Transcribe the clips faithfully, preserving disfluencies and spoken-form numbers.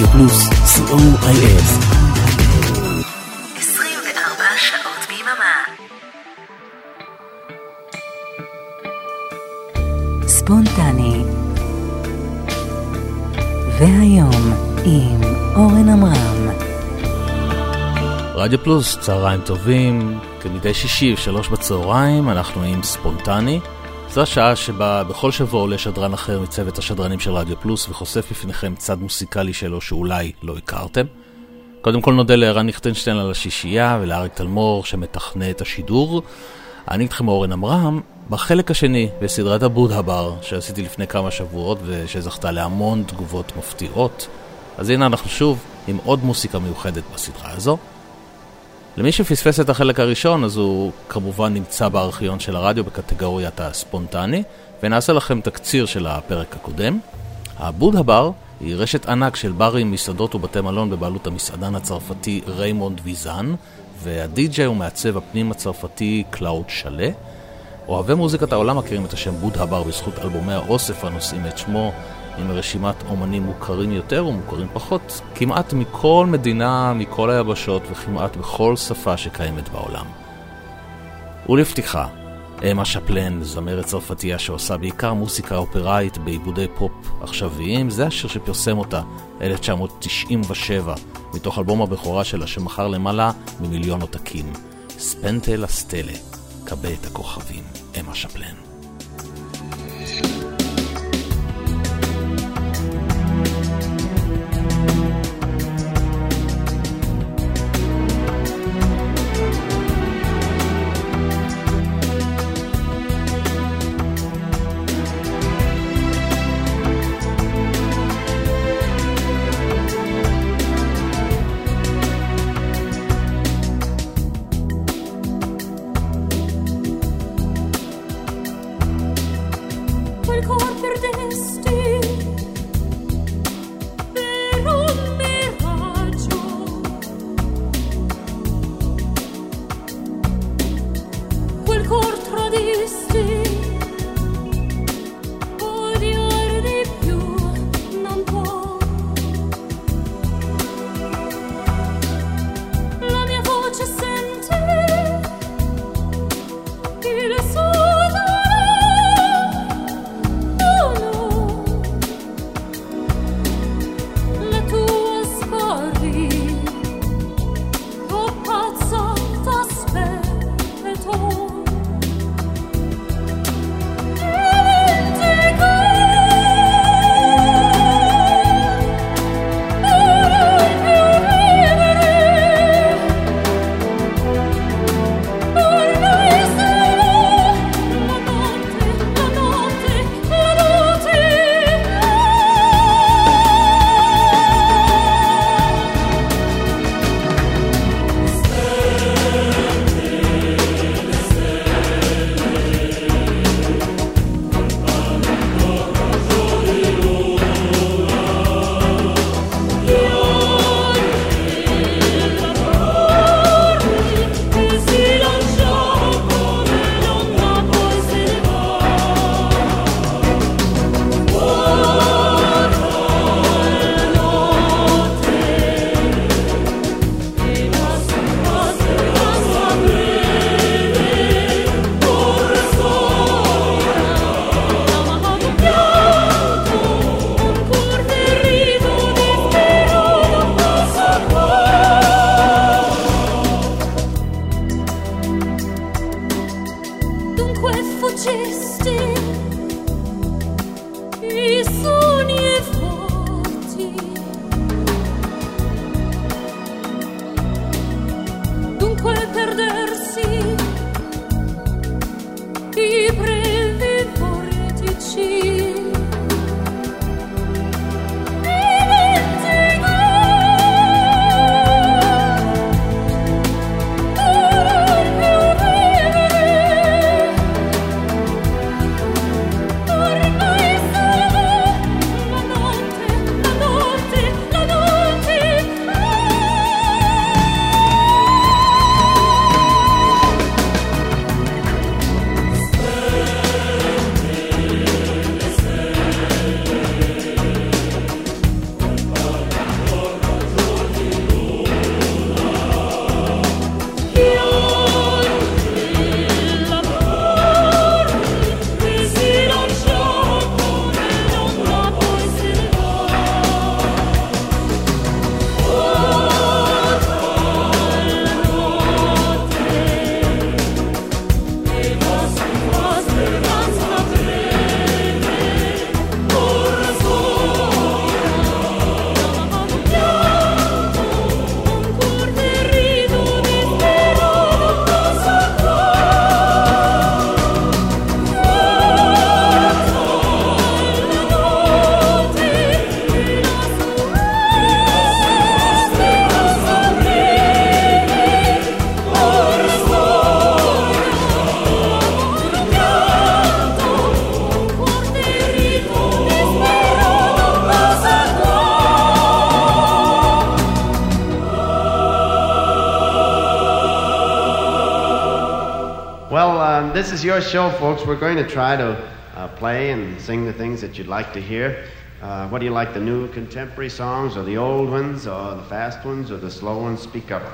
רדיו פלוס, סי או איי אס. עשרים וארבע שעות ביממה. ספונטני. והיום עם אורן אמרם. רדיו פלוס, צהריים טובים, כמדי שישי ושלוש בצהריים, אנחנו עם ספונטני. זו השעה שבה בכל שבוע עולה שדרן אחר מצוות השדרנים של רדיו פלוס וחושף בפניכם צד מוסיקלי שלו שאולי לא הכרתם. קודם כל נודה לערן ליכטנשטיין על השישייה ולאריק תלמור שמתכנה את השידור. אני איתכם אורן אמרם בחלק השני בסדרת הבודהבר שעשיתי לפני כמה שבועות ושזכתה להמון תגובות מפתיעות. אז הנה אנחנו שוב עם עוד מוסיקה מיוחדת בסדרה הזו. למי שפספס את החלק הראשון, אז הוא כמובן נמצא בארכיון של הרדיו בקטגוריית הספונטני, ונעשה לכם תקציר של הפרק הקודם. הבודהבר היא רשת ענק של ברים, מסעדות ובתי מלון בבעלות המסעדן הצרפתי ריימונד ויזן, והדי-ג'יי הוא מעצב הפנים הצרפתי קלאוד שלה. אוהבי מוזיקת העולם מכירים את השם בודהבר בזכות אלבומי האוסף הנושאים את שמו, עם רשימת אומנים מוכרים יותר ומוכרים פחות, כמעט מכל מדינה, מכל היבשות וכמעט בכל שפה שקיימת בעולם. ולפתיחה, אמה שפלן, זמרת צרפתייה שעושה בעיקר מוסיקה אופראית בעיבודי פופ עכשוויים, זה השיר שפרסם אותה אלף תשע מאות תשעים ושבע, מתוך אלבום הבכורה שלה שמכר למעלה ממיליון עותקים. ספנטה לה סטלה, קבע את הכוכבים, אמה שפלן. this is your show, folks. We're going to try to uh, play and sing the things that you'd like to hear. Uh, what do you like, the new contemporary songs, or the old ones, or the fast ones, or the slow ones? Speak up.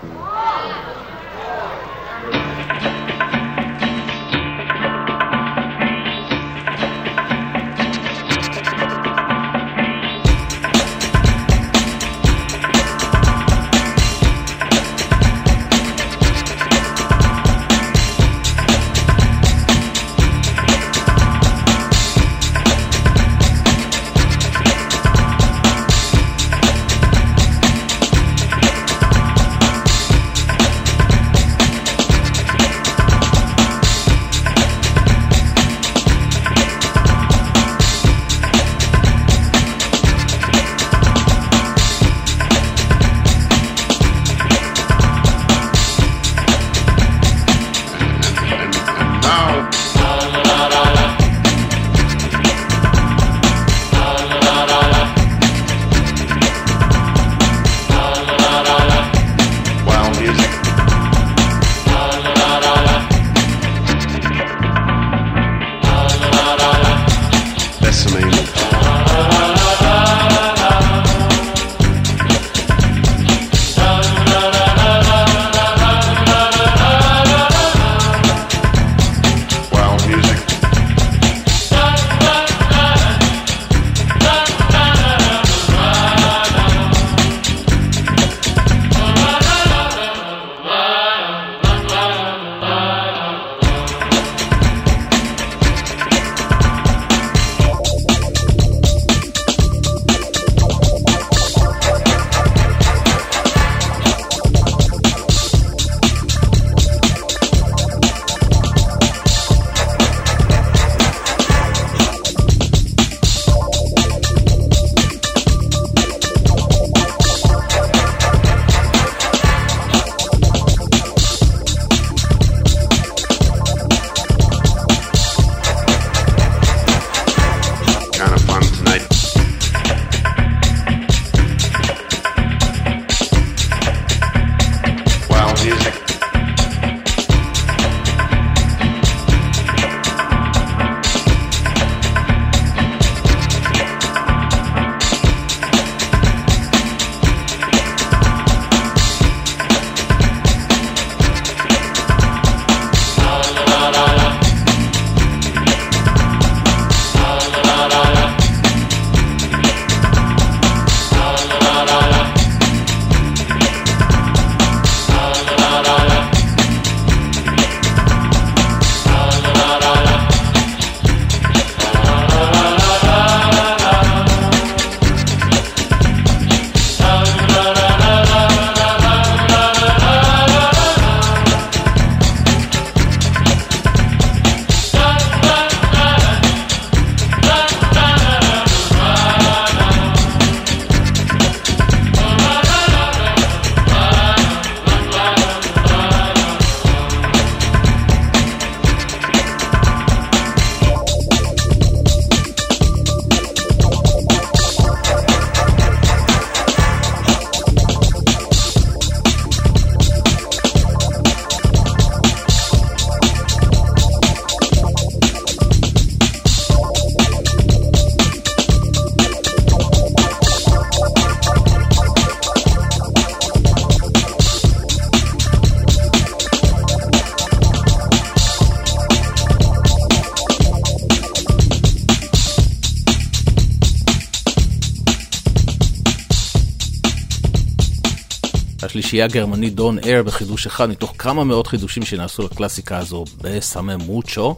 השלישייה הגרמנית דון אייר בחידוש אחד מתוך כמה מאות חידושים שנעשו לקלאסיקה הזו בסמי מוצ'ו,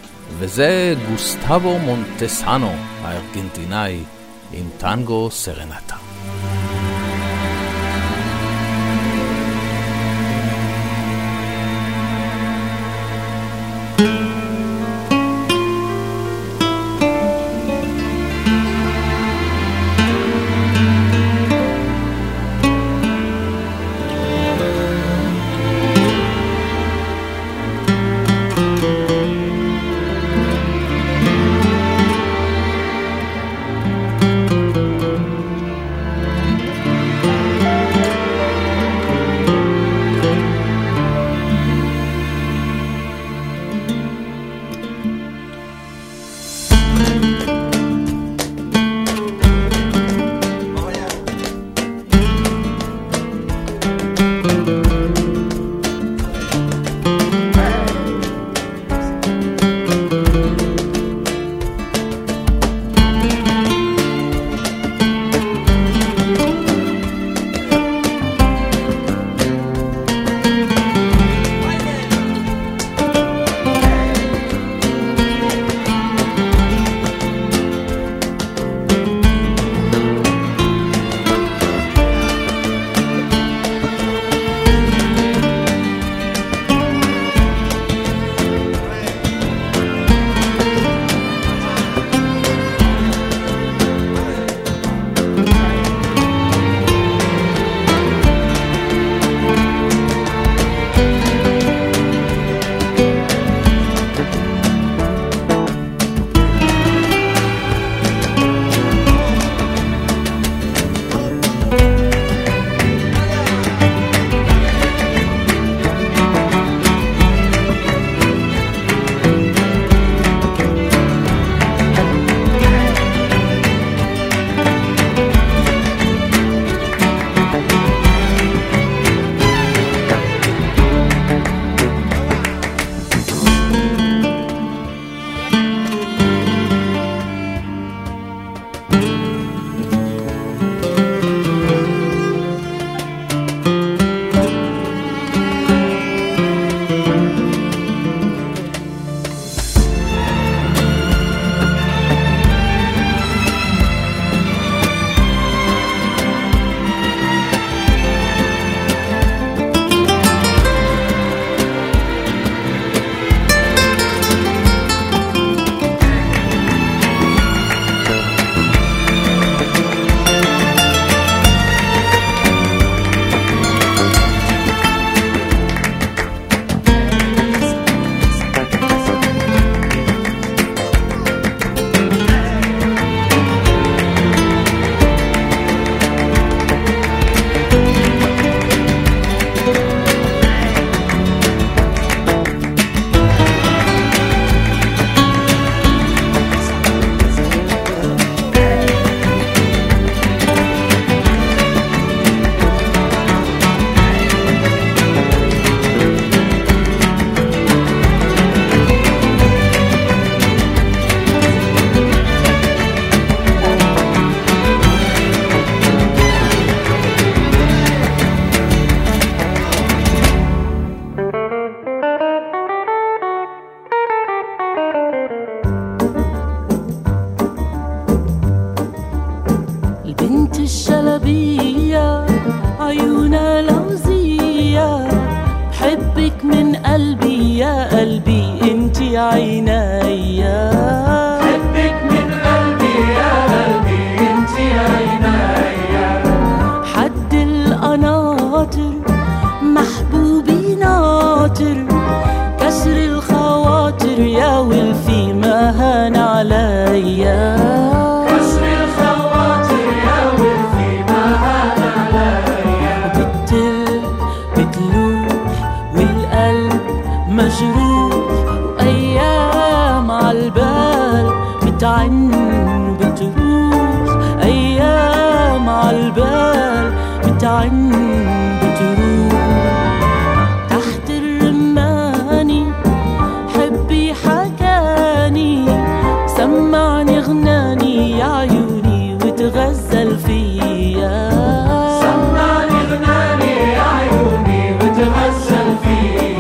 וזה גוסטבו מונטסאנו הארגנטינאי עם טנגו סרנטה. الشلبية عيونها لوزية بحبك من قلبي يا قلبي انتي عينيا بحبك من قلبي يا قلبي انتي عينيا حد القناطر محبوبي ناطر كسر الخواطر يا ولفي ما هان عليا مجروح وأيام عالبال بتعن وبتروح أيام عالبال بتعن بتروح تحت الرماني حبي حكاني سمعني غناني يا عيوني وتغزل فيا سمعني غناني يا عيوني وتغزل فيا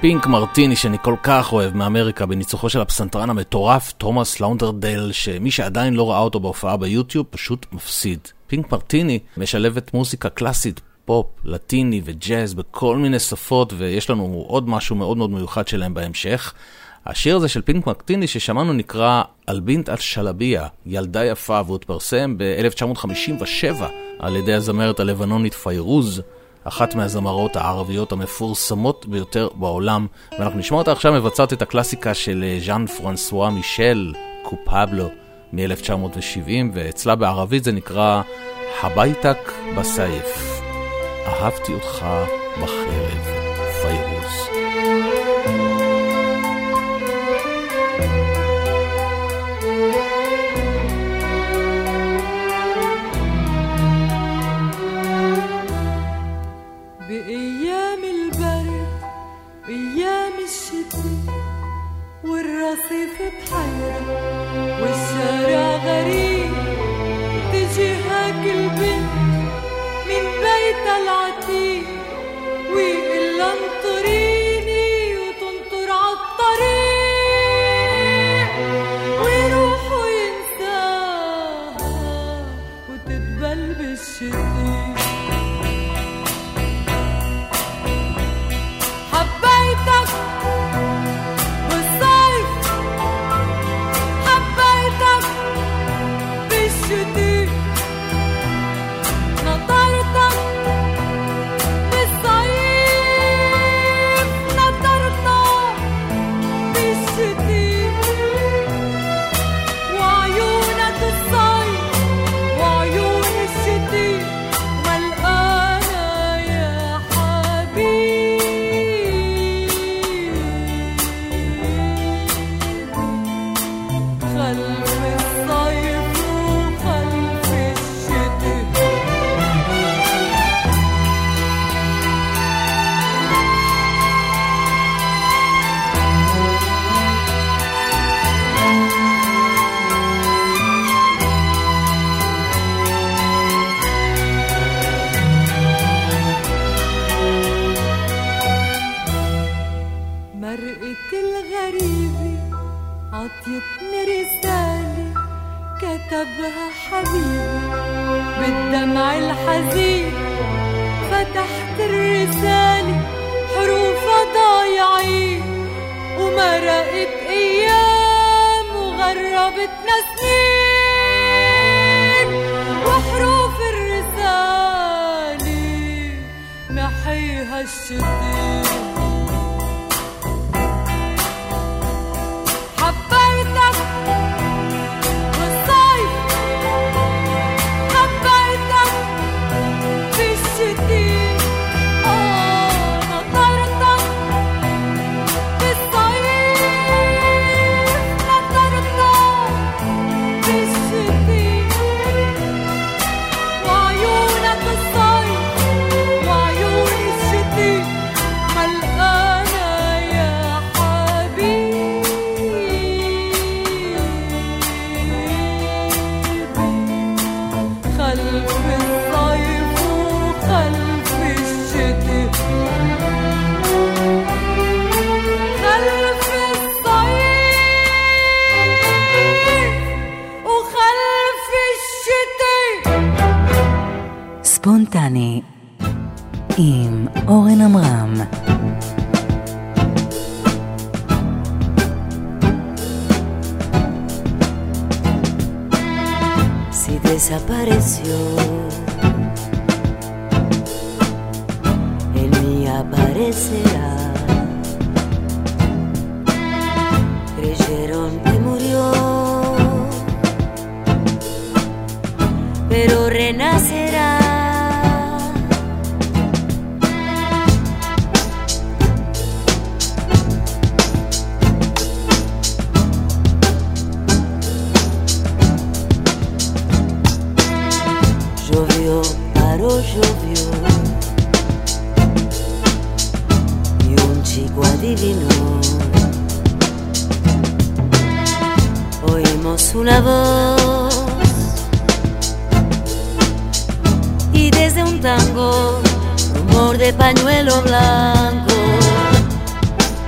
פינק מרטיני שאני כל כך אוהב מאמריקה בניצוחו של הפסנתרן המטורף תומאס לאונדרדל, שמי שעדיין לא ראה אותו בהופעה ביוטיוב פשוט מפסיד. פינק מרטיני משלבת מוזיקה קלאסית, פופ, לטיני וג'אז בכל מיני שפות, ויש לנו עוד משהו מאוד מאוד מיוחד שלהם בהמשך. השיר הזה של פינק מרטיני ששמענו נקרא אלבינט אל-שלביה, ילדה יפה, והוא התפרסם ב-אלף תשע מאות חמישים ושבע על ידי הזמרת הלבנונית פיירוז, אחת מהזמרות הערביות המפורסמות ביותר בעולם, ואנחנו נשמע אותה עכשיו מבצעת את הקלאסיקה של ז'אן פרנסואה מישל, קופבלו, מ-אלף תשע מאות שבעים, ואצלה בערבית זה נקרא הביתק בסייף, אהבתי אותך בחרב, פיירוז. بأيام البرد أيام الشتاء والرصيف بحيرة والشارع غريب تجي هاك البنت من بيت العتيق ويقول انطريني وتنطر عالطريق ويروحوا ينساها وتتبل بالشتاء. حبيتك بالصيف حبيتك بالشتاء نطرتك بالصيف نطرتك بالشتاء وعيونك الصيف وعيون الشتاء ملقانة يا حبيبي خلف الصيف وخلف الشتاء. مرقة الغريبة عطيتني رسالة كتبها حبيبي بالدمع الحزين فتحت الرسالة حروفها ضايعين ومرقت أيام وغربتنا سنين وحروف الرسالة محيها الشتاء. حبيتك بالصيف حبيتك بالشتاء آه نطرتك بالصيف نطرتك بالشتاء وعيونك الصيف وعيون الشتاء ملقانة يا حبيبي خلف الصيف وخلف الشتاء خلف الصيف وخلف الشتاء. ספונטני עם אורן אמרם. Si desapareció, en mí aparecerá. Creyeron que murió, pero renacerá. Llovió, paró, llovió, y un chico adivinó. Oímos una voz, y desde un tango, rumor de pañuelo blanco,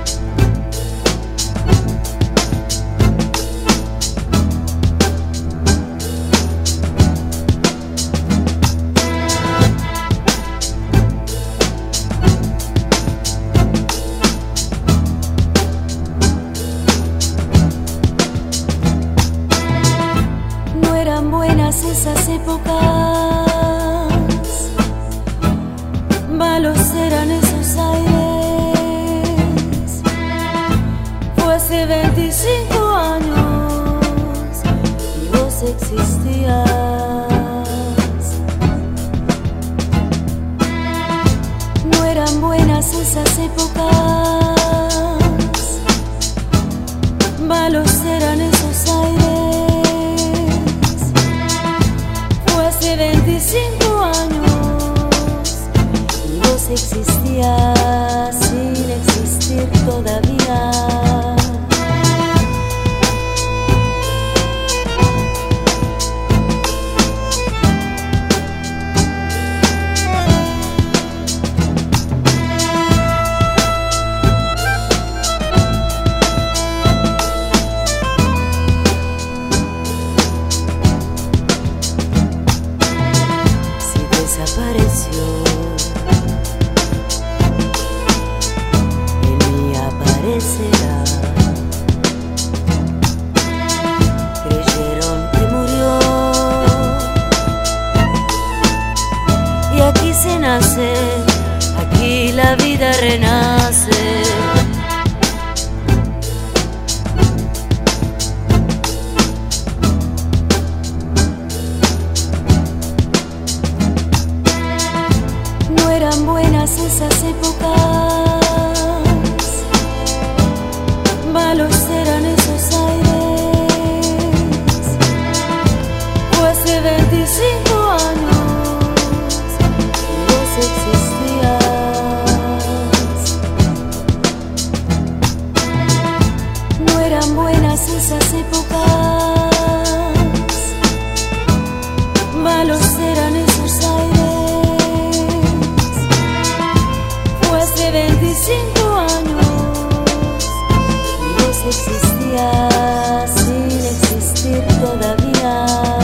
existías. No eran buenas esas épocas, malos eran esos aires. Fue hace veinticinco años y vos existías sin existir todavía. Desapareció, en mí aparecerá. Creyeron que murió y aquí se nace, aquí la vida renace. Eran buenas esas épocas, malos eran esos aires. Fue hace veinticinco años y vos existías. No eran buenas esas épocas, malos eran esos aires. veinticinco años y vos existías sin existir todavía.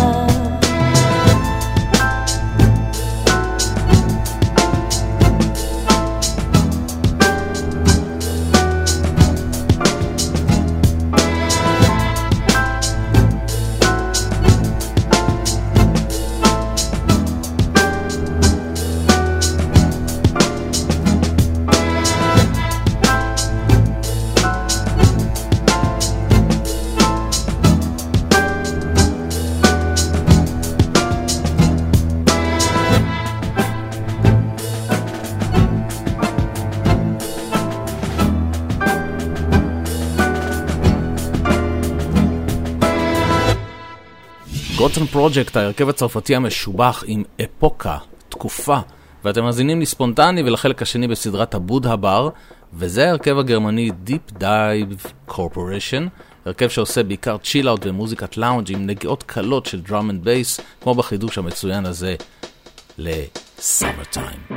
גוטן פרוג'קט, ההרכב הצרפתי המשובח עם אפוקה, תקופה, ואתם מאזינים לי ספונטני ולחלק השני בסדרת הבודה בר, וזה ההרכב הגרמני Deep Dive Corporation, הרכב שעושה בעיקר צ'יל-אוט ומוזיקת לאונג' עם נגיעות קלות של דראם אנד בייס, כמו בחידוש המצוין הזה ל-Summertime.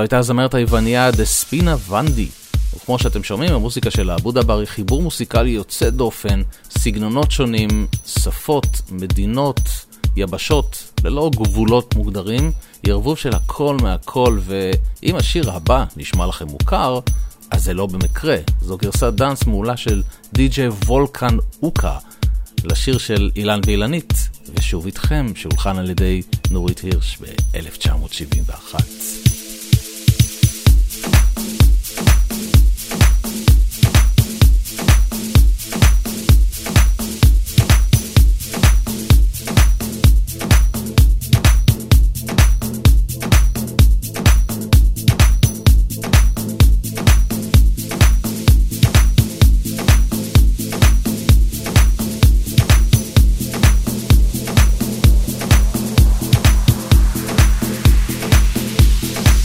הייתה הזמרת היווניה דספינה ונדי. וכמו שאתם שומעים, המוסיקה של עבודה בר היא חיבור מוסיקלי יוצא דופן, סגנונות שונים, שפות, מדינות, יבשות, ללא גבולות מוגדרים, ערבוב של הכל מהכל, ואם השיר הבא נשמע לכם מוכר, אז זה לא במקרה. זו גרסת דאנס מעולה של די-ג'יי וולקן אוקה, לשיר של אילן ואילנית, ושוב איתכם, שהולחן על ידי נורית הירש ב-אלף תשע מאות שבעים ואחת. We'll be right back.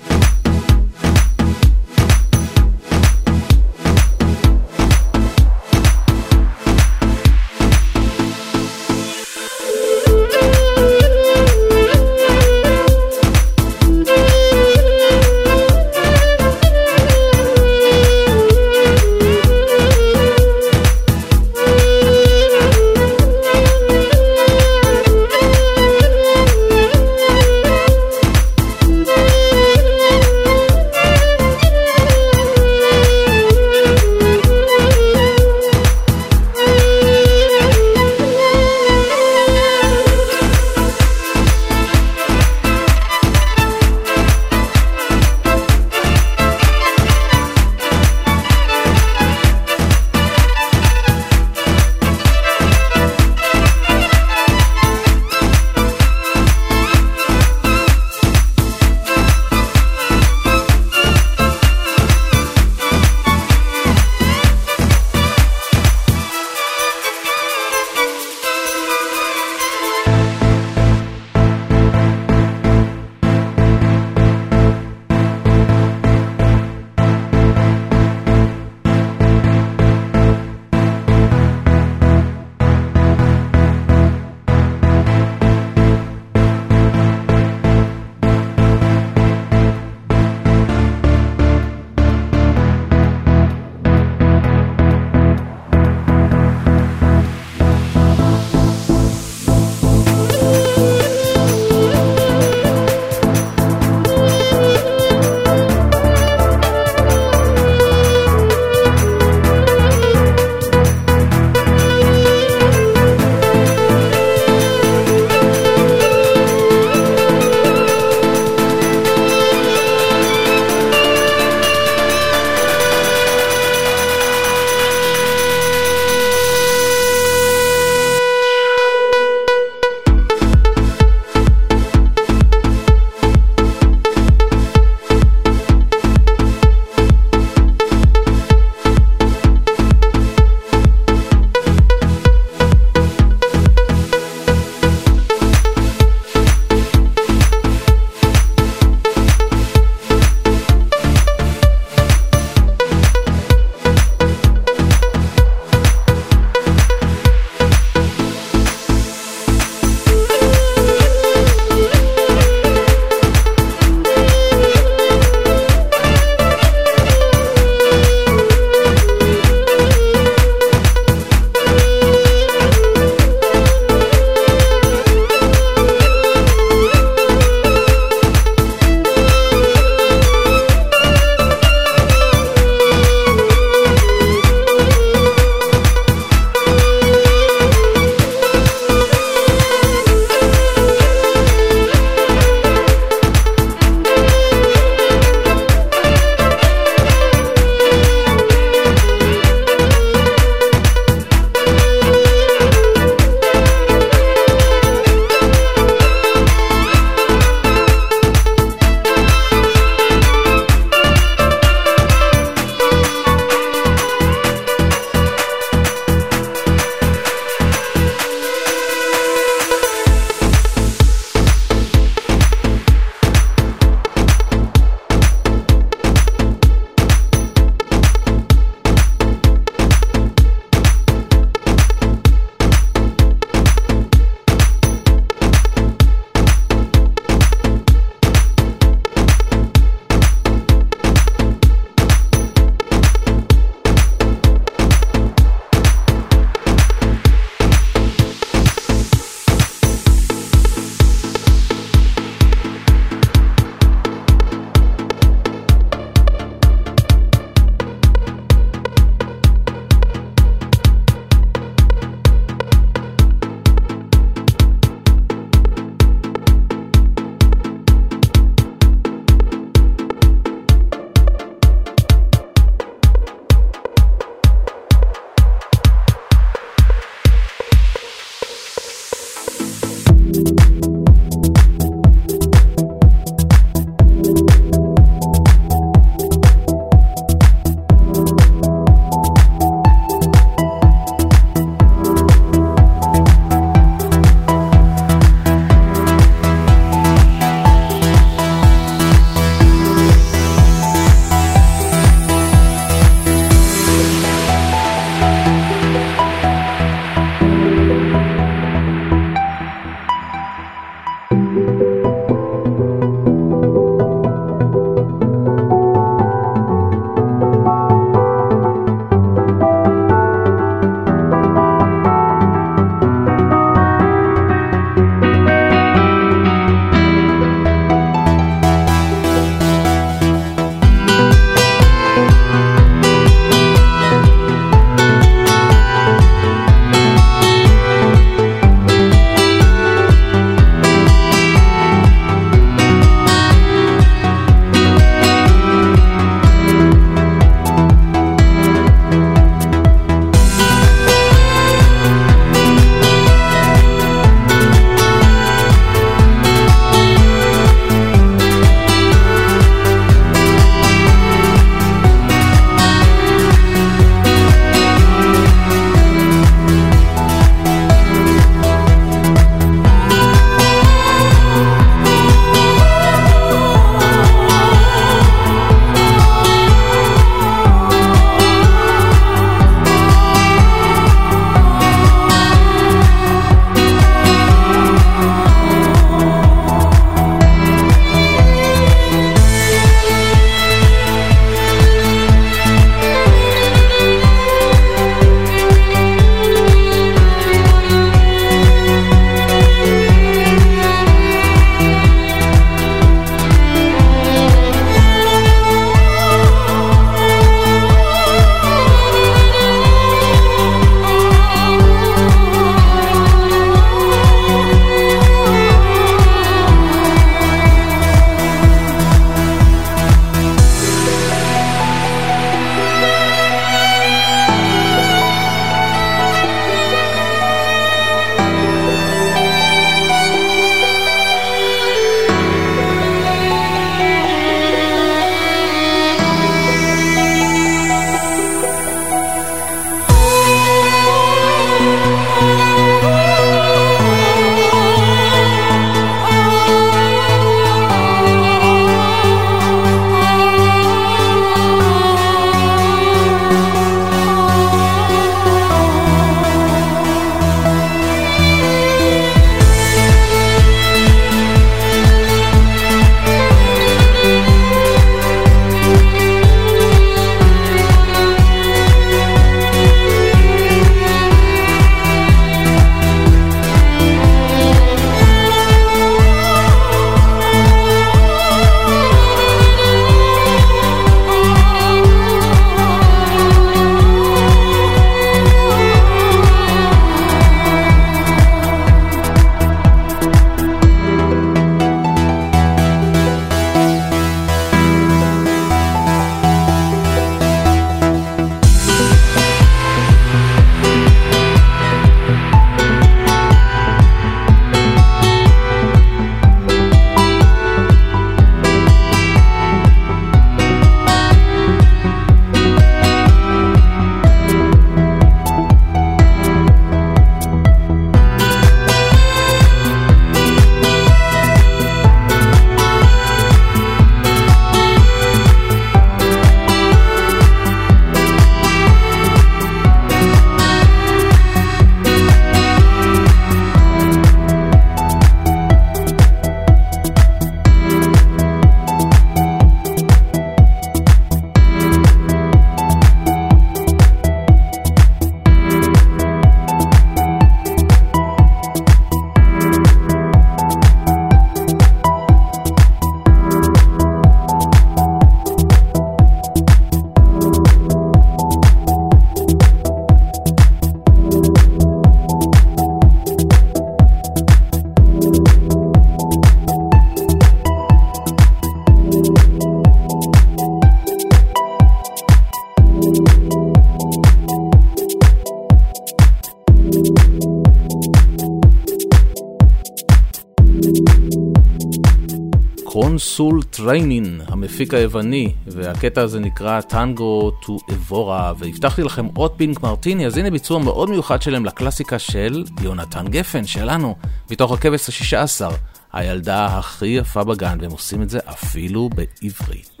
קונסול טריינין, המפיק היווני, והקטע הזה נקרא טנגו טו אבורה, והבטחתי לכם עוד פינק מרטיני, אז הנה ביצוע מאוד מיוחד שלהם לקלאסיקה של יונתן גפן, שלנו, מתוך הכבש השישה עשר, הילדה הכי יפה בגן, והם עושים את זה אפילו בעברית.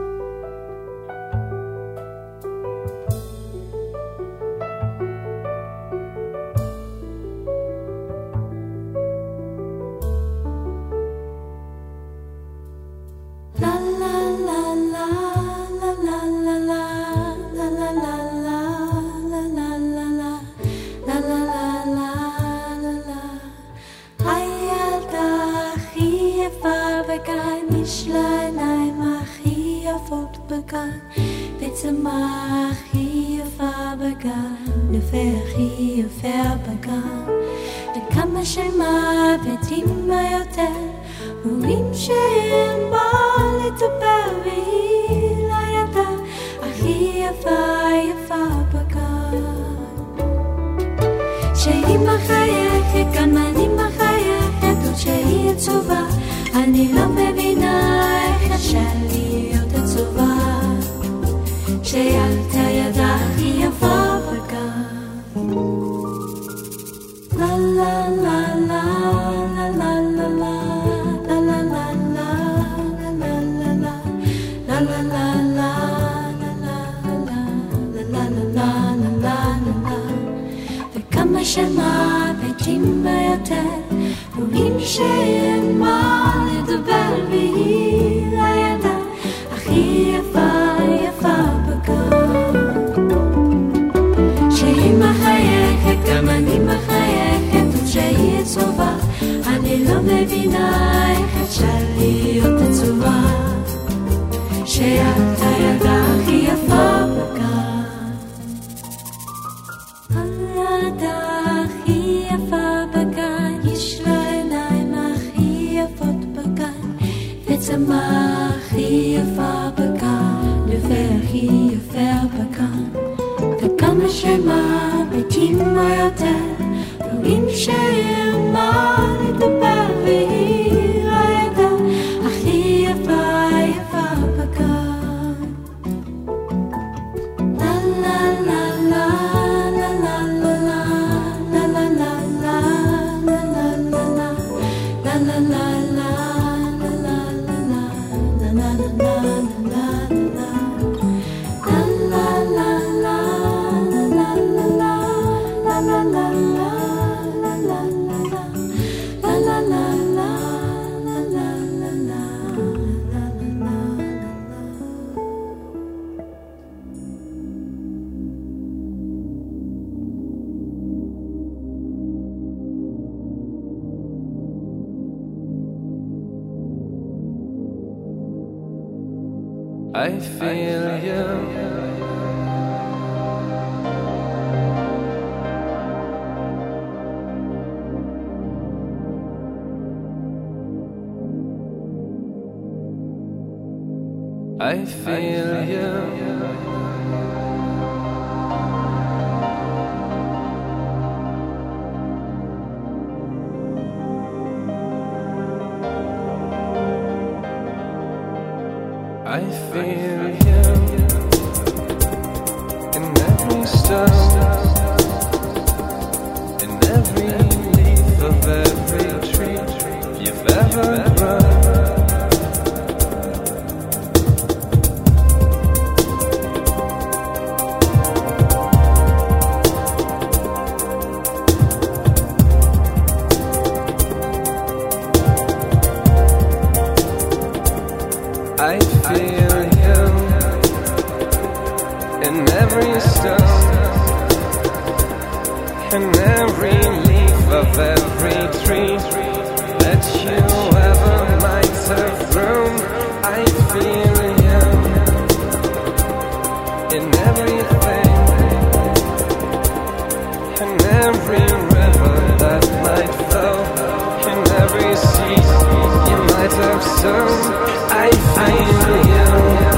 I feel you. I feel you. I feel you in every stone, in every leaf of every tree you've ever grown. I feel you in every stone, in every leaf of every tree that you ever might have grown. I feel you in everything, in every river that might flow, in every seed you might have sown. I feel you.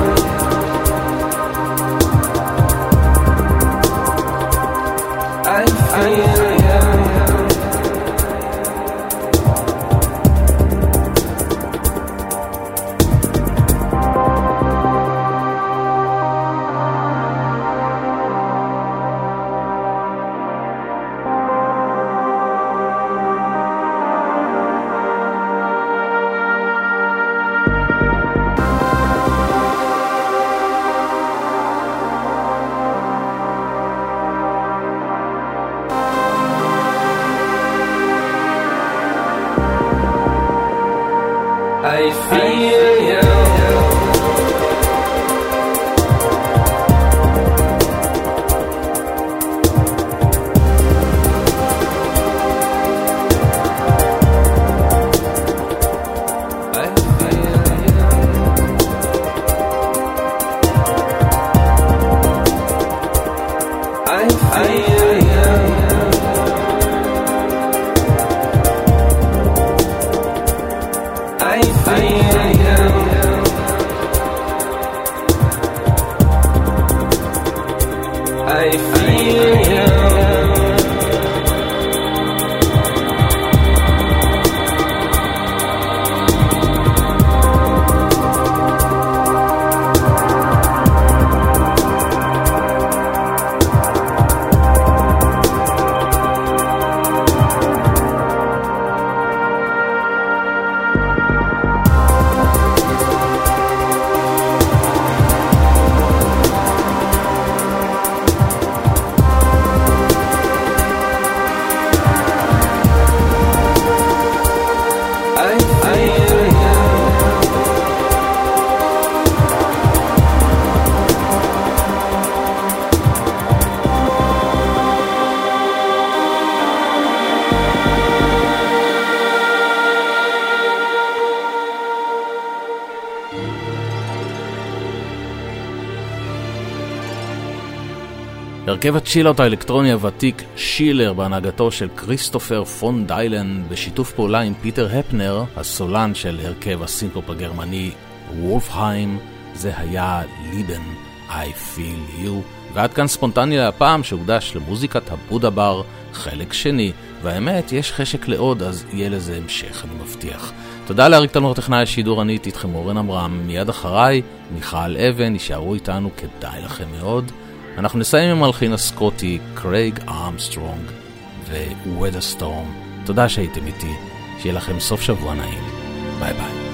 I feel you. I feel you. הרכב הצ'ילאוט האלקטרוני הוותיק שילר בהנהגתו של כריסטופר פון דיילן בשיתוף פעולה עם פיטר הפנר, הסולן של הרכב הסינקופ הגרמני וולפהיים, זה היה ליבן, I feel you. ועד כאן ספונטני להפעם שהוקדש למוזיקת הבודה בר, חלק שני, והאמת יש חשק לעוד, אז יהיה לזה המשך, אני מבטיח. תודה לאריק תלמור טכנאי השידור, אני איתכם אורן אמרם, מיד אחריי מיכל אבן, יישארו איתנו, כדאי לכם מאוד. אנחנו נסיים עם המלחין הסקוטי קרייג ארמסטרונג ו-Weather Storm. תודה שהייתם איתי, שיהיה לכם סוף שבוע נעים. ביי ביי.